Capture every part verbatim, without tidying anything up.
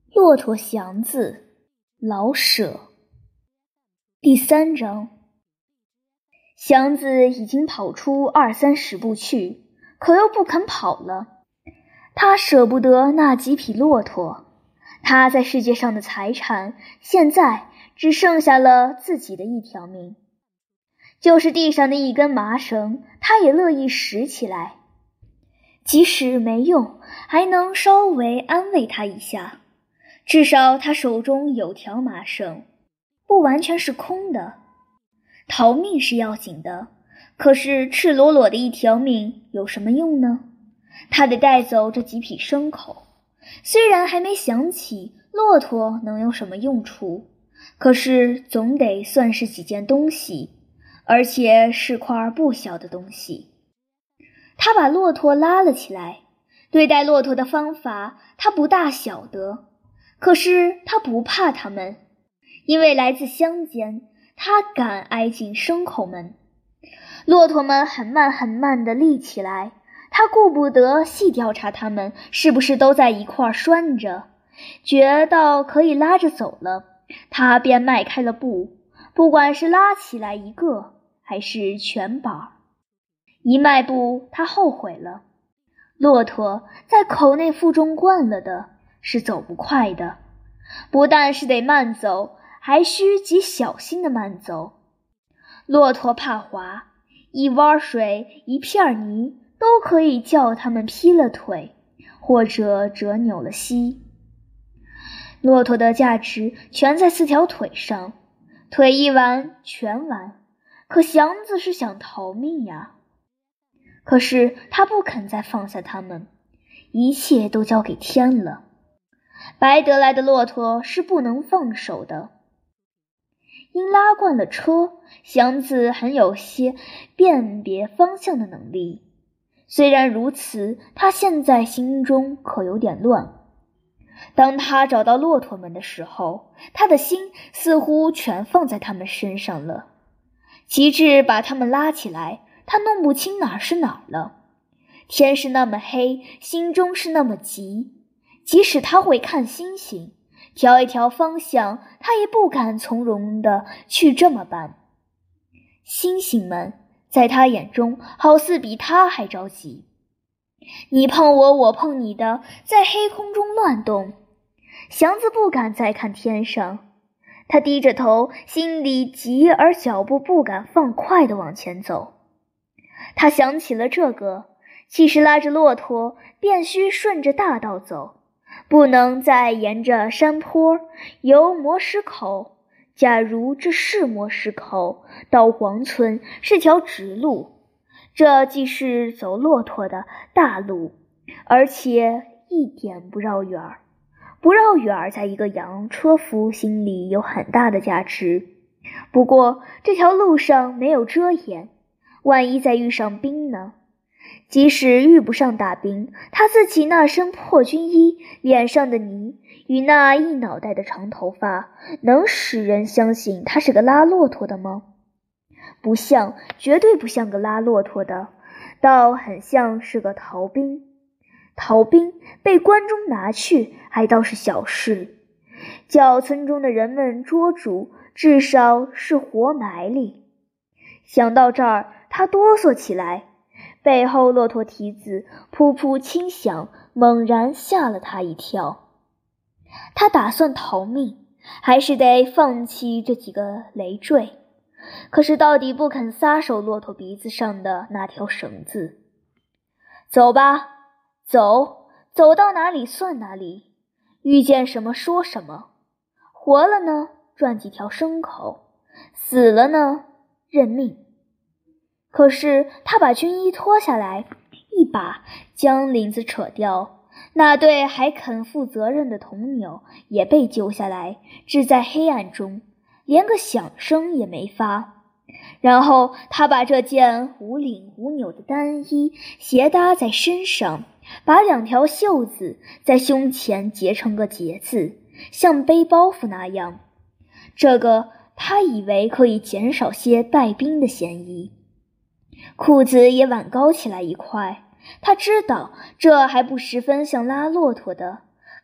骆驼祥子，老舍。第三章。祥子已经跑出二三十步去，可又不肯跑了。他舍不得那几匹骆驼，他在世界上的财产现在只剩下了自己的一条命。就是地上的一根麻绳，他也乐意拾起来，即使没用，还能稍微安慰他一下。至少他手中有条麻绳，不完全是空的。逃命是要紧的，可是赤裸裸的一条命有什么用呢？他得带走这几匹牲口。虽然还没想起骆驼能有什么用处，可是总得算是几件东西，而且是块不小的东西。他把骆驼拉了起来，对待骆驼的方法他不大晓得，可是他不怕他们，因为来自乡间，他敢挨近牲口们。骆驼们很慢很慢地立起来，他顾不得细调查他们是不是都在一块拴着，觉到可以拉着走了，他便迈开了步，不管是拉起来一个还是全板。一迈步，他后悔了。骆驼在口内腹中惯了的，是走不快的，不但是得慢走，还需极小心的慢走。骆驼怕滑，一洼水一片泥都可以叫他们劈了腿，或者折扭了膝。骆驼的价值全在四条腿上，腿一完全完，可祥子是想逃命呀。可是他不肯再放下他们，一切都交给天了。白得来的骆驼是不能放手的。因拉惯了车，祥子很有些辨别方向的能力。虽然如此，他现在心中可有点乱。当他找到骆驼们的时候，他的心似乎全放在他们身上了。极致把他们拉起来，他弄不清哪是哪了。天是那么黑，心中是那么急，即使他会看星星，调一调方向，他也不敢从容地去这么办。星星们在他眼中好似比他还着急，你碰我，我碰你的，在黑空中乱动。祥子不敢再看天上，他低着头，心里急而脚步不敢放快地往前走。他想起了这个，其实拉着骆驼便须顺着大道走，不能再沿着山坡由磨石口，假如这是磨石口，到黄村是条直路，这既是走骆驼的大路，而且一点不绕远儿。不绕远儿在一个洋车夫心里有很大的价值。不过这条路上没有遮掩，万一再遇上冰呢？即使遇不上大冰，他自己那身破军衣，脸上的泥与那一脑袋的长头发，能使人相信他是个拉骆驼的吗？不像，绝对不像个拉骆驼的，倒很像是个逃兵。逃兵被关中拿去还倒是小事，叫村中的人们捉住，至少是活埋里。想到这儿，他哆嗦起来，背后骆驼蹄子噗噗轻响，猛然吓了他一跳。他打算逃命，还是得放弃这几个累赘，可是到底不肯撒手骆驼鼻子上的那条绳子。走吧，走，走到哪里算哪里，遇见什么说什么。活了呢，赚几条牲口；死了呢，认命。可是他把军衣脱下来，一把将领子扯掉，那对还肯负责任的铜钮也被揪下来，置在黑暗中，连个响声也没发。然后他把这件无领无纽的单衣斜搭在身上，把两条袖子在胸前结成个结字，像背包袱那样。这个他以为可以减少些败兵的嫌疑。裤子也挽高起来一块，他知道这还不十分像拉骆驼的，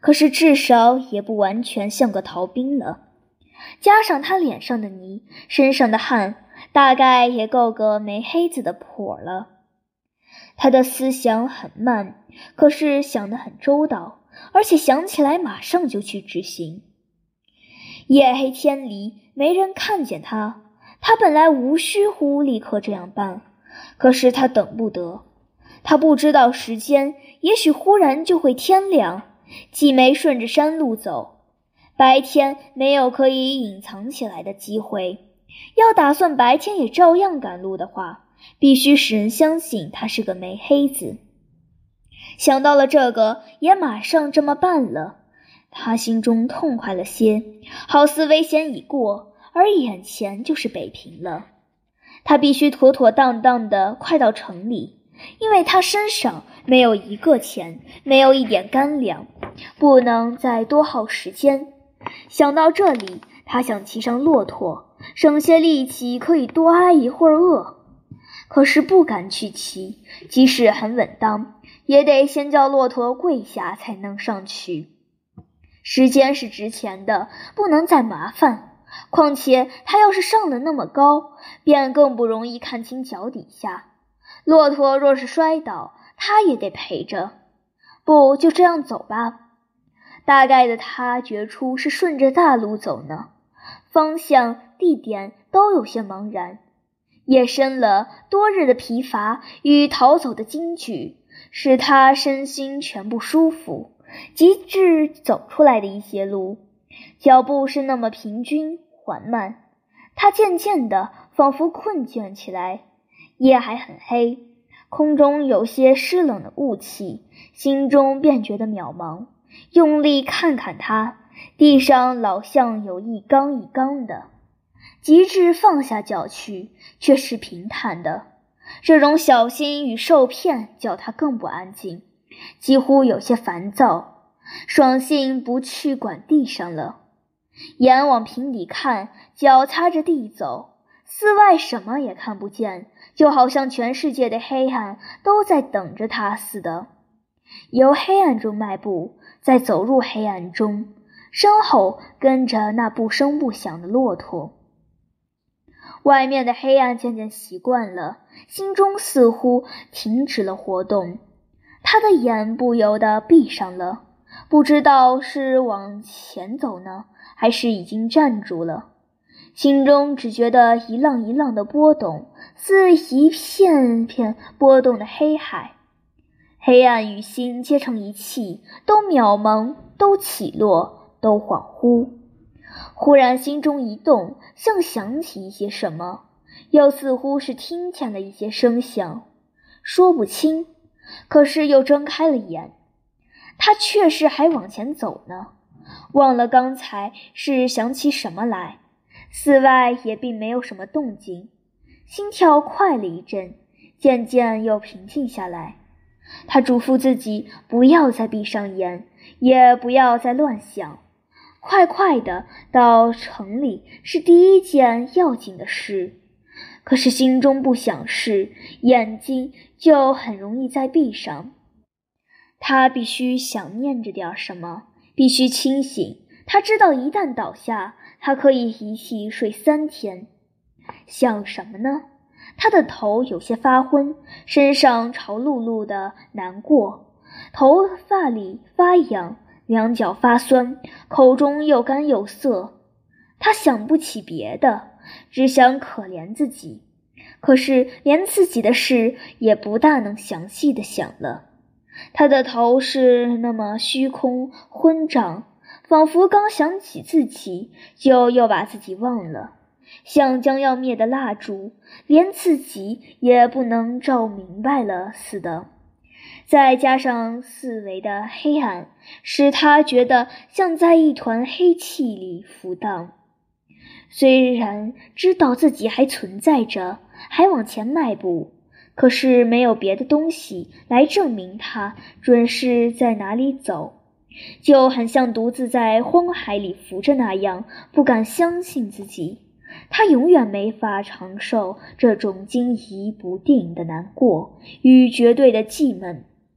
可是至少也不完全像个逃兵了。加上他脸上的泥，身上的汗，大概也够个没黑子的谱了。他的思想很慢，可是想得很周到，而且想起来马上就去执行。夜黑天里，没人看见他，他本来无需乎立刻这样办，可是他等不得。他不知道时间，也许忽然就会天亮，既没顺着山路走，白天没有可以隐藏起来的机会，要打算白天也照样赶路的话，必须使人相信他是个没黑子。想到了这个，也马上这么办了。他心中痛快了些，好似危险已过，而眼前就是北平了。他必须妥妥当当的快到城里，因为他身上没有一个钱，没有一点干粮，不能再多耗时间。想到这里，他想骑上骆驼，省些力气可以多挨一会儿饿。可是不敢去骑，即使很稳当，也得先叫骆驼跪下才能上去。时间是值钱的，不能再麻烦。况且他要是上得那么高，便更不容易看清脚底下。骆驼若是摔倒，他也得陪着。不，就这样走吧。大概的他觉出是顺着大路走呢，方向、地点都有些茫然。夜深了，多日的疲乏与逃走的惊惧，使他身心全不舒服。及至走出来的一些路，脚步是那么平均缓慢，他渐渐的仿佛困倦起来。夜还很黑，空中有些湿冷的雾气，心中便觉得渺茫。用力看看他，地上老像有一缸一缸的，及至放下脚去，却是平坦的。这种小心与受骗叫他更不安静，几乎有些烦躁，爽性不去管地上了。眼往平底看，脚擦着地走，四外什么也看不见，就好像全世界的黑暗都在等着他似的。由黑暗中迈步，再走入黑暗中，身后跟着那不声不响的骆驼。外面的黑暗渐渐习惯了，心中似乎停止了活动。他的眼不由得闭上了，不知道是往前走呢，还是已经站住了。心中只觉得一浪一浪的波动，似一片片波动的黑海。黑暗与心结成一气，都渺茫，都起落，都恍惚。忽然心中一动，像想起一些什么，又似乎是听见了一些声响，说不清，可是又睁开了眼。他确实还往前走呢，忘了刚才是想起什么来。寺外也并没有什么动静，心跳快了一阵，渐渐又平静下来。他嘱咐自己不要再闭上眼，也不要再乱想，快快的到城里是第一件要紧的事。可是心中不想事，眼睛就很容易再闭上。他必须想念着点什么，必须清醒。他知道一旦倒下，他可以一气睡三天。想什么呢？他的头有些发昏，身上潮漉漉的难过，头发里发痒，两脚发酸，口中又干又涩。他想不起别的，只想可怜自己，可是连自己的事也不大能详细的想了。他的头是那么虚空昏胀，仿佛刚想起自己，就又把自己忘了，像将要灭的蜡烛，连自己也不能照明白了似的。再加上四围的黑暗，使他觉得像在一团黑气里浮荡。虽然知道自己还存在着，还往前迈步，可是没有别的东西来证明他准是在哪里走，就很像独自在荒海里浮着那样，不敢相信自己。他永远没法长寿这种惊疑不定的难过与绝对的寂闷。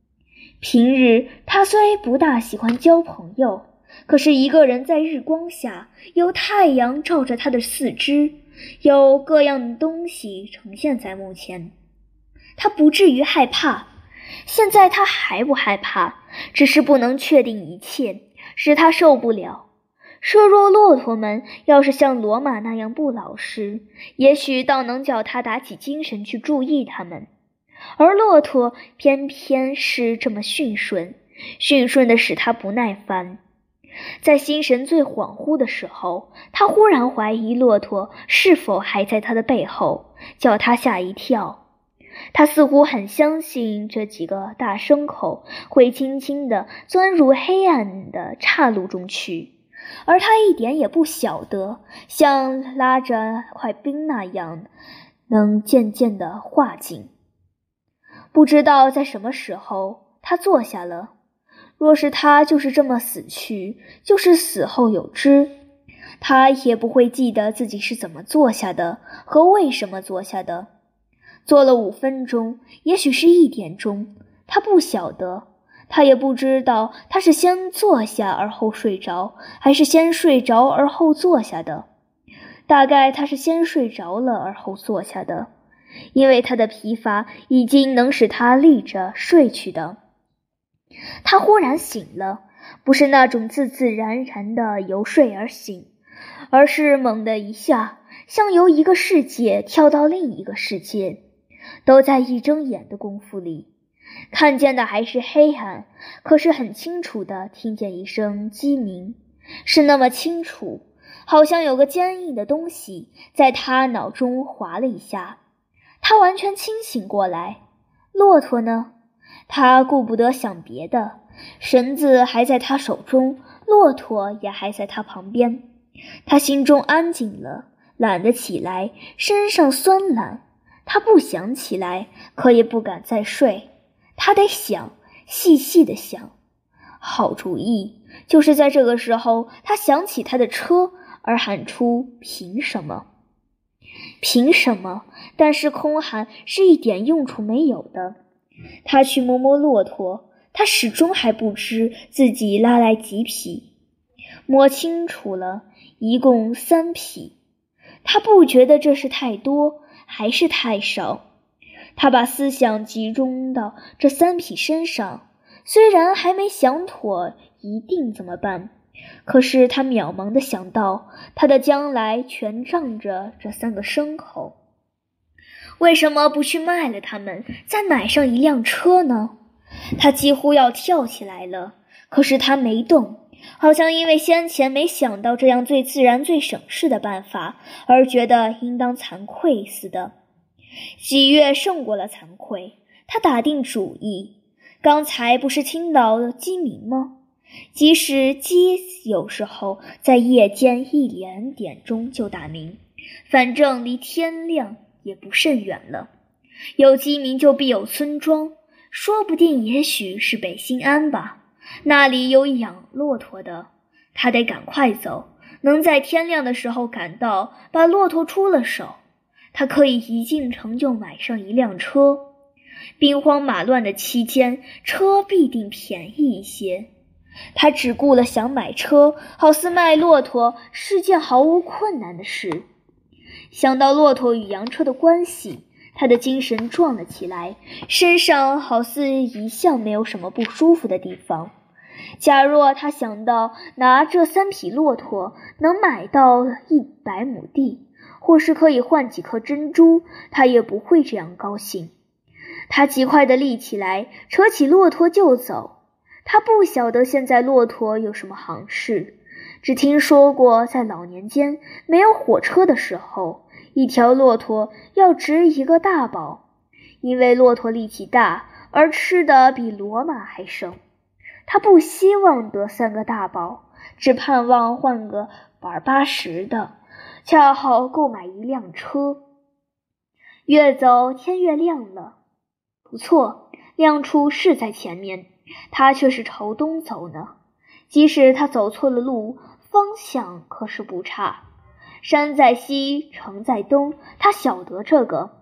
平日他虽不大喜欢交朋友，可是一个人在日光下，有太阳照着他的四肢，有各样的东西呈现在目前，他不至于害怕。现在他还不害怕，只是不能确定一切，使他受不了。设若骆驼们要是像骡马那样不老实，也许倒能叫他打起精神去注意他们。而骆驼偏偏是这么驯顺，驯顺的使他不耐烦。在心神最恍惚的时候，他忽然怀疑骆驼是否还在他的背后，叫他吓一跳。他似乎很相信这几个大牲口会轻轻地钻入黑暗的岔路中去，而他一点也不晓得，像拉着块冰那样能渐渐地化紧。不知道在什么时候，他坐下了。若是他就是这么死去，就是死后有知，他也不会记得自己是怎么坐下的和为什么坐下的。坐了五分钟，也许是一点钟，他不晓得，他也不知道他是先坐下而后睡着，还是先睡着而后坐下的。大概他是先睡着了而后坐下的，因为他的疲乏已经能使他立着睡去的。他忽然醒了，不是那种自自然然的由睡而醒，而是猛地一下，像由一个世界跳到另一个世界，都在一睁眼的功夫里。看见的还是黑暗，可是很清楚地听见一声鸡鸣，是那么清楚，好像有个坚硬的东西在他脑中划了一下。他完全清醒过来。骆驼呢？他顾不得想别的，绳子还在他手中，骆驼也还在他旁边。他心中安静了，懒得起来，身上酸懒。他不想起来，可也不敢再睡。他得想，细细地想。好主意！就是在这个时候，他想起他的车，而喊出凭什么？凭什么？但是空喊是一点用处没有的。他去摸摸骆驼，他始终还不知自己拉来几匹。摸清楚了，一共三匹。他不觉得这是太多，还是太少。他把思想集中到这三匹身上，虽然还没想妥一定怎么办，可是他渺茫地想到，他的将来全仗着这三个牲口。为什么不去卖了他们，再买上一辆车呢？他几乎要跳起来了，可是他没动，好像因为先前没想到这样最自然最省事的办法，而觉得应当惭愧似的。喜悦胜过了惭愧，他打定主意。刚才不是听到鸡鸣吗？即使鸡有时候在夜间一两点钟就打鸣，反正离天亮也不甚远了。有鸡鸣就必有村庄，说不定也许是北新安吧，那里有养骆驼的。他得赶快走，能在天亮的时候赶到，把骆驼出了手。他可以一进城就买上一辆车。兵荒马乱的期间，车必定便宜一些。他只顾了想买车，好似卖骆驼是件毫无困难的事。想到骆驼与洋车的关系，他的精神壮了起来，身上好似一向没有什么不舒服的地方。假若他想到拿这三匹骆驼能买到一百亩地，或是可以换几颗珍珠，他也不会这样高兴。他极快地立起来，扯起骆驼就走。他不晓得现在骆驼有什么行市，只听说过在老年间没有火车的时候，一条骆驼要值一个大宝，因为骆驼力气大，而吃的比骡马还省。他不希望得三个大宝，只盼望换个百八十的，恰好购买一辆车。越走天越亮了，不错，亮处是在前面，他却是朝东走呢。即使他走错了路，方向可是不差。山在西，城在东，他晓得这个。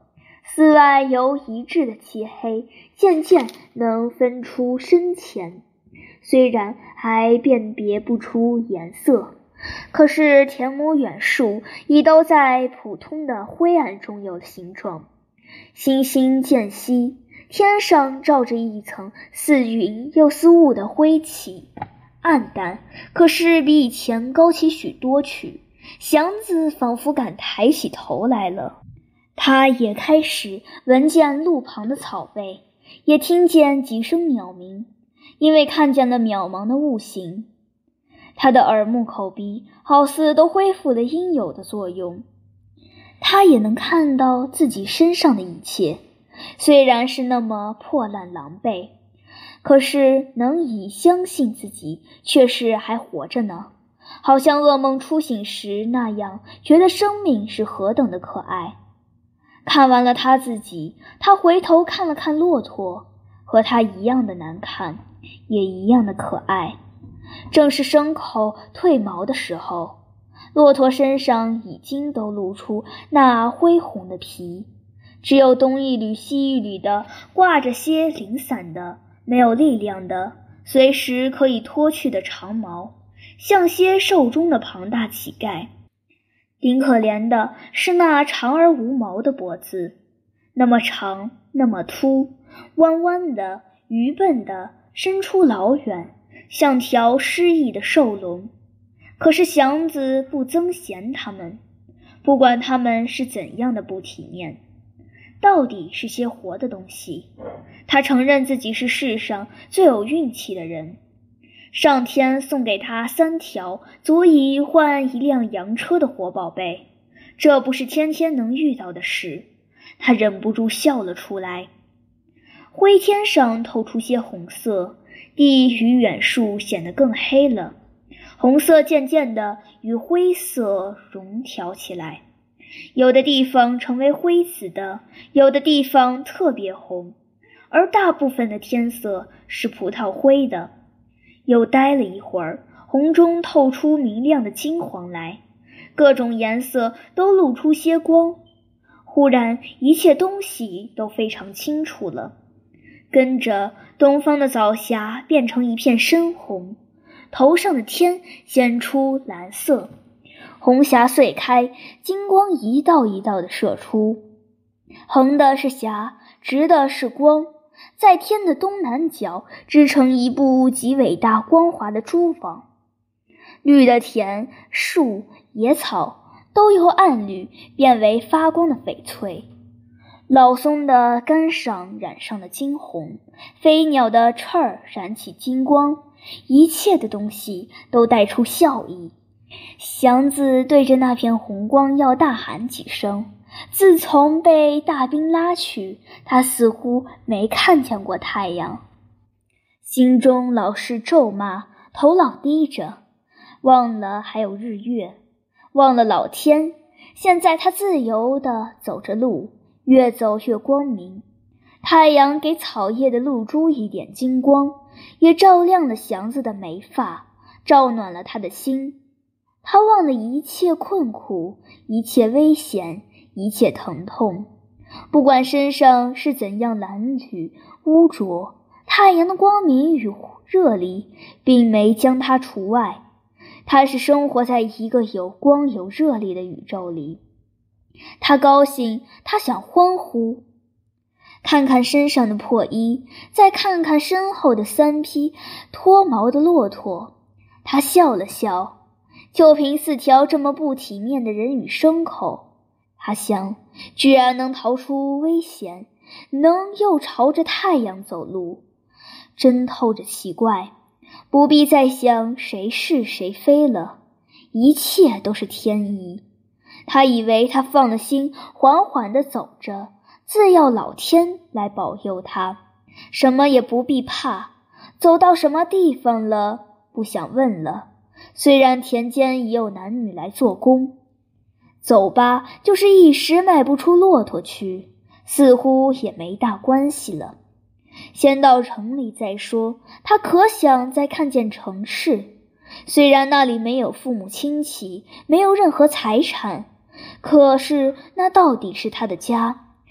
寺外由一致的漆黑渐渐能分出深浅，虽然还辨别不出颜色，可是田亩远树已都在普通的灰暗中有了形状。星星渐稀，天上罩着一层似云又似雾的灰气，暗淡，可是比以前高起许多去。祥子仿佛敢抬起头来了，他也开始闻见路旁的草味，也听见几声鸟鸣，因为看见了渺茫的雾形。他的耳目口鼻好似都恢复了应有的作用，他也能看到自己身上的一切，虽然是那么破烂狼狈，可是能以相信自己却是还活着呢，好像噩梦初醒时那样，觉得生命是何等的可爱。看完了他自己，他回头看了看骆驼，和他一样的难看，也一样的可爱。正是牲口褪毛的时候，骆驼身上已经都露出那灰红的皮，只有东一缕西一缕的挂着些零散的没有力量的随时可以脱去的长毛，像些兽中的庞大乞丐。顶可怜的是那长而无毛的脖子，那么长，那么凸，弯弯的，愚笨的，伸出老远，像条失意的兽龙。可是祥子不憎嫌他们，不管他们是怎样的不体面，到底是些活的东西。他承认自己是世上最有运气的人，上天送给他三条足以换一辆洋车的活宝贝，这不是天天能遇到的事。他忍不住笑了出来。灰天上透出些红色，地与远处显得更黑了，红色渐渐地与灰色融调起来，有的地方成为灰紫的，有的地方特别红，而大部分的天色是葡萄灰的。又待了一会儿，红中透出明亮的金黄来，各种颜色都露出些光。忽然一切东西都非常清楚了，跟着东方的早霞变成一片深红，头上的天显出蓝色，红霞碎开，金光一道一道地射出，横的是霞，直的是光，在天的东南角织成一部极伟大光滑的蛛网。绿的田、树、野草都由暗绿变为发光的翡翠，老松的杆上染上了金红，飞鸟的翅儿燃起金光，一切的东西都带出笑意。祥子对着那片红光要大喊几声，自从被大兵拉去，他似乎没看见过太阳，心中老是咒骂，头老低着，忘了还有日月，忘了老天。现在他自由地走着路，越走越光明，太阳给草叶的露珠一点金光，也照亮了祥子的眉发，照暖了他的心。他忘了一切困苦，一切危险，一切疼痛，不管身上是怎样褴褛污浊，太阳的光明与热力并没将他除外。他是生活在一个有光有热力的宇宙里。他高兴，他想欢呼。看看身上的破衣，再看看身后的三匹脱毛的骆驼，他笑了笑。就凭四条这么不体面的人与牲口，他想，居然能逃出危险，能又朝着太阳走路，真透着奇怪。不必再想谁是谁非了，一切都是天意。他以为他放了心，缓缓地走着，自要老天来保佑他，什么也不必怕。走到什么地方了，不想问了。虽然田间已有男女来做工，走吧，就是一时迈不出骆驼去，似乎也没大关系了。先到城里再说，他可想再看见城市。虽然那里没有父母亲戚，没有任何财产，可是那到底是他的家。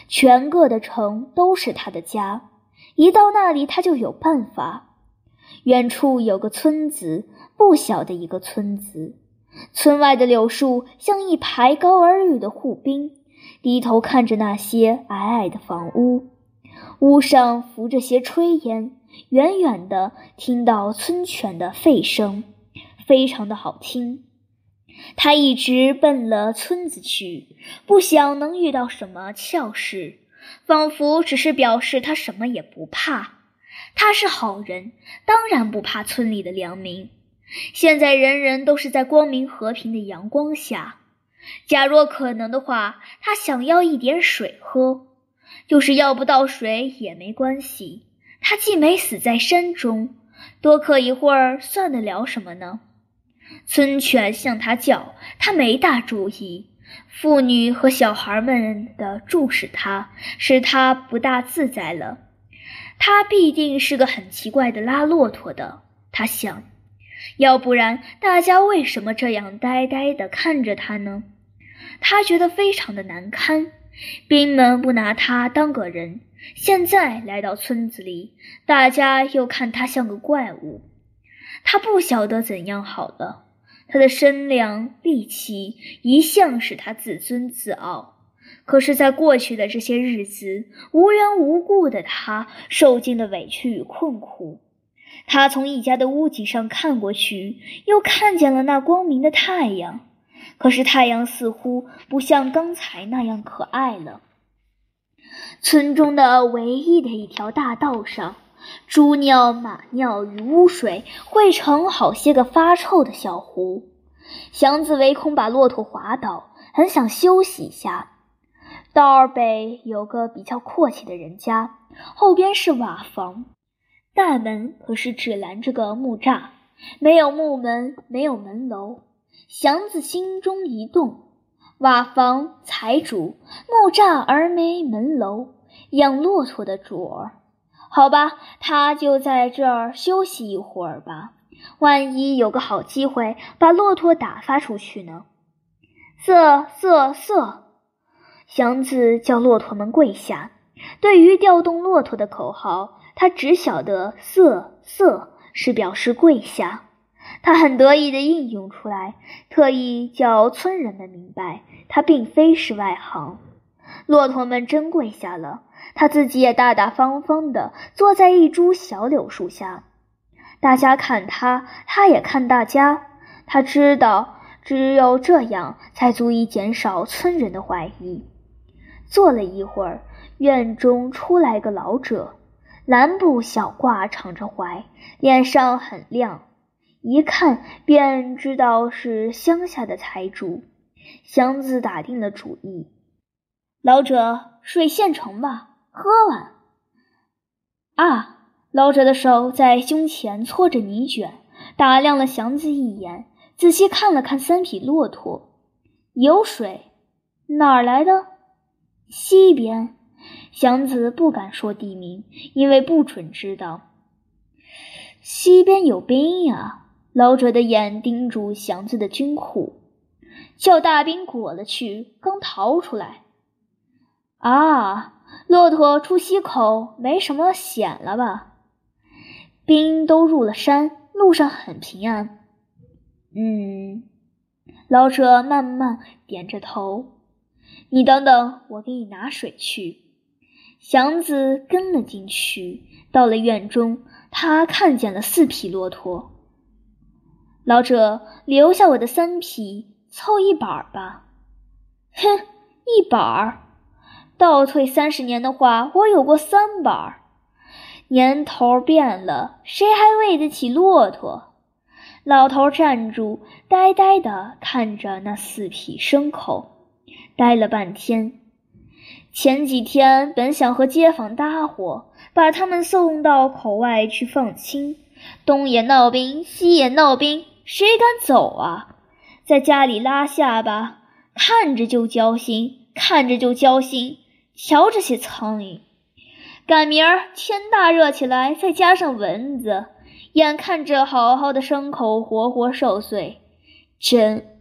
全个的城都是他的家，一到那里他就有办法。远处有个村子，不小的一个村子，村外的柳树像一排高而绿的护冰，低头看着那些矮矮的房屋，屋上浮着些炊烟，远远地听到村犬的吠声，非常的好听。他一直奔了村子去，不想能遇到什么俏事，仿佛只是表示他什么也不怕。他是好人，当然不怕村里的良民。现在人人都是在光明和平的阳光下，假若可能的话，他想要一点水喝，就是要不到水也没关系。他既没死在山中，多渴一会儿算得了什么呢？村犬向他叫，他没大注意。妇女和小孩们的注视他，使他不大自在了。他必定是个很奇怪的拉骆驼的，他想，要不然大家为什么这样呆呆地看着他呢？他觉得非常的难堪，兵们不拿他当个人，现在来到村子里，大家又看他像个怪物。他不晓得怎样好了，他的身量力气一向使他自尊自傲，可是在过去的这些日子，无缘无故的他受尽了委屈与困苦。他从一家的屋脊上看过去，又看见了那光明的太阳，可是太阳似乎不像刚才那样可爱了。村中的唯一的一条大道上，猪尿、马尿与污水汇成好些个发臭的小湖。祥子唯恐把骆驼滑倒，很想休息一下。道儿北有个比较阔气的人家，后边是瓦房，大门可是只拦着个木栅，没有木门，没有门楼。祥子心中一动，瓦房财主，木栅而没门楼，养骆驼的主儿。好吧，他就在这儿休息一会儿吧，万一有个好机会把骆驼打发出去呢？瑟瑟瑟！祥子叫骆驼们跪下。对于调动骆驼的口号，他只晓得瑟瑟是表示跪下。他很得意地应用出来，特意叫村人们明白，他并非是外行。骆驼们真跪下了，他自己也大大方方地坐在一株小柳树下。大家看他，他也看大家。他知道，只有这样才足以减少村人的怀疑。坐了一会儿，院中出来个老者，蓝布小褂敞着怀，脸上很亮，一看便知道是乡下的财主。祥子打定了主意，老者水现成吧，喝完。啊！老者的手在胸前搓着泥卷，打量了祥子一眼，仔细看了看三匹骆驼。有水？哪儿来的？西边。祥子不敢说地名，因为不准知道。西边有兵呀！老者的眼盯住祥子的军裤，叫大兵裹了去，刚逃出来。啊，骆驼出西口没什么险了吧？兵都入了山，路上很平安。嗯，老者慢慢点着头。你等等，我给你拿水去。祥子跟了进去，到了院中，他看见了四匹骆驼。老者，留下我的三匹，凑一板吧。哼，一板？倒退三十年的话，我有过三板。年头变了，谁还喂得起骆驼？老头站住，呆呆地看着那四匹牲口，呆了半天。前几天本想和街坊搭伙，把他们送到口外去放亲，东也闹兵，西也闹兵，谁敢走啊？在家里拉下巴，看着就焦心，看着就焦心，瞧这些苍蝇。赶明儿天大热起来，再加上蚊子，眼看着好好的牲口活活受罪，真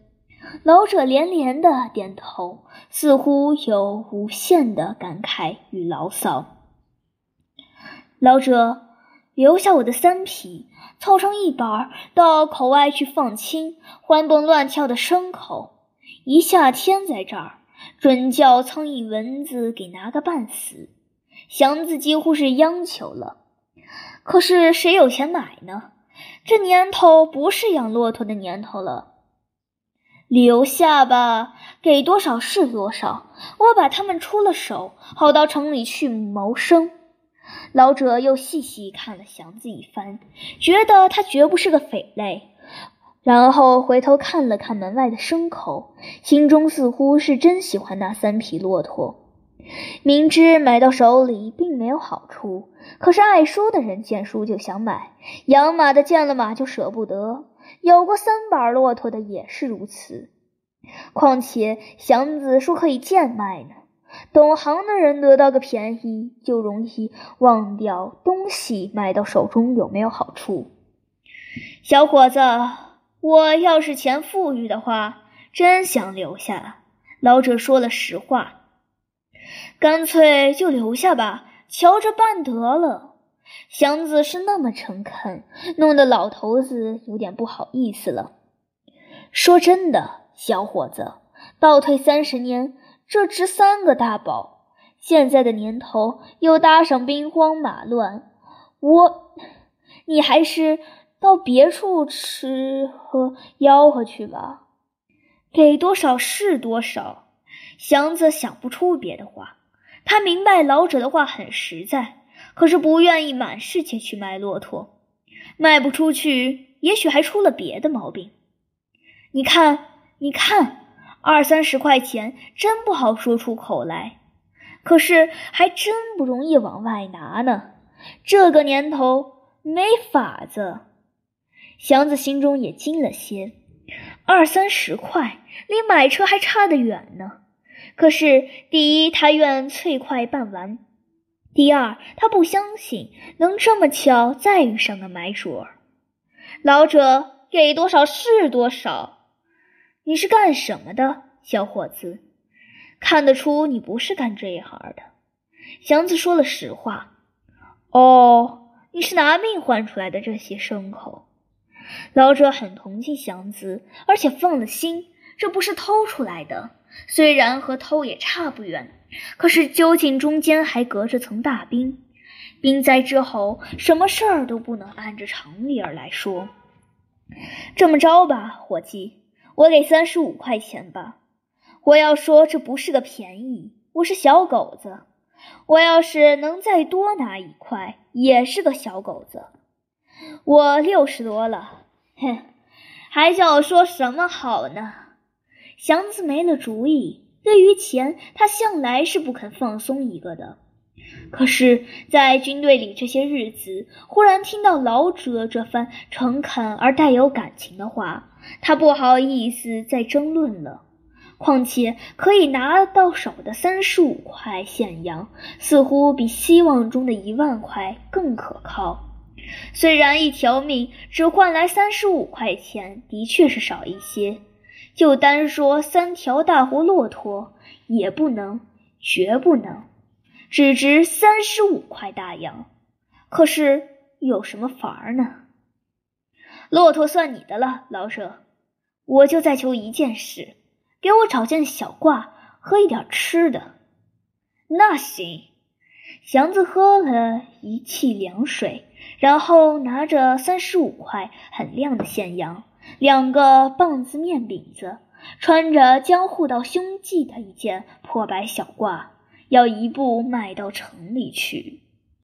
老者连连的点头，似乎有无限的感慨与牢骚。老者，留下我的三匹，凑成一板到口外去放亲，欢蹦乱跳的牲口，一夏天在这儿，准叫苍蝇蚊子给拿个半死。祥子几乎是央求了，可是谁有钱买呢？这年头不是养骆驼的年头了。留下吧，给多少是多少，我把他们出了手，好到城里去谋生。老者又细细看了祥子一番，觉得他绝不是个匪类，然后回头看了看门外的牲口，心中似乎是真喜欢那三匹骆驼。明知买到手里并没有好处，可是爱书的人见书就想买，养马的见了马就舍不得，有过三把骆驼的也是如此。况且祥子说可以贱卖呢，懂行的人得到个便宜，就容易忘掉东西买到手中有没有好处。小伙子，我要是钱富裕的话，真想留下。老者说了实话，干脆就留下吧，瞧着办得了。祥子是那么诚恳，弄得老头子有点不好意思了。说真的，小伙子，倒退三十年，这值三个大宝。现在的年头又搭上兵荒马乱，我，你还是到别处吃喝吆喝去吧。给多少是多少。祥子想不出别的话，他明白老者的话很实在，可是不愿意满世界去卖骆驼，卖不出去，也许还出了别的毛病。你看，你看，二三十块钱真不好说出口来，可是还真不容易往外拿呢。这个年头没法子。祥子心中也惊了些，二三十块，离买车还差得远呢。可是第一，他愿脆快办完；第二，他不相信能这么巧再遇上个买主儿。老者，给多少是多少。你是干什么的，小伙子？看得出你不是干这一行的。祥子说了实话。哦，你是拿命换出来的这些牲口。老者很同情祥子，而且放了心，这不是偷出来的，虽然和偷也差不远，可是究竟中间还隔着层大冰，冰灾之后什么事儿都不能按着常理儿来说。这么着吧，伙计，我给三十五块钱吧。我要说这不是个便宜，我是小狗子，我要是能再多拿一块，也是个小狗子。我六十多了，哼，还叫我说什么好呢？祥子没了主意，对于钱他向来是不肯放松一个的。可是在军队里这些日子，忽然听到老者这番诚恳而带有感情的话，他不好意思再争论了。况且可以拿到手的三十五块现洋，似乎比希望中的一万块更可靠。虽然一条命只换来三十五块钱，的确是少一些，就单说三条大活骆驼，也不能，绝不能，只值三十五块大洋。可是有什么法呢？骆驼算你的了，老者，我就再求一件事，给我找件小褂，喝一点吃的。那行。祥子喝了一气凉水，然后拿着三十五块很亮的现洋，两个棒子面饼子，穿着将护到胸际的一件破白小褂，要一步迈到城里去。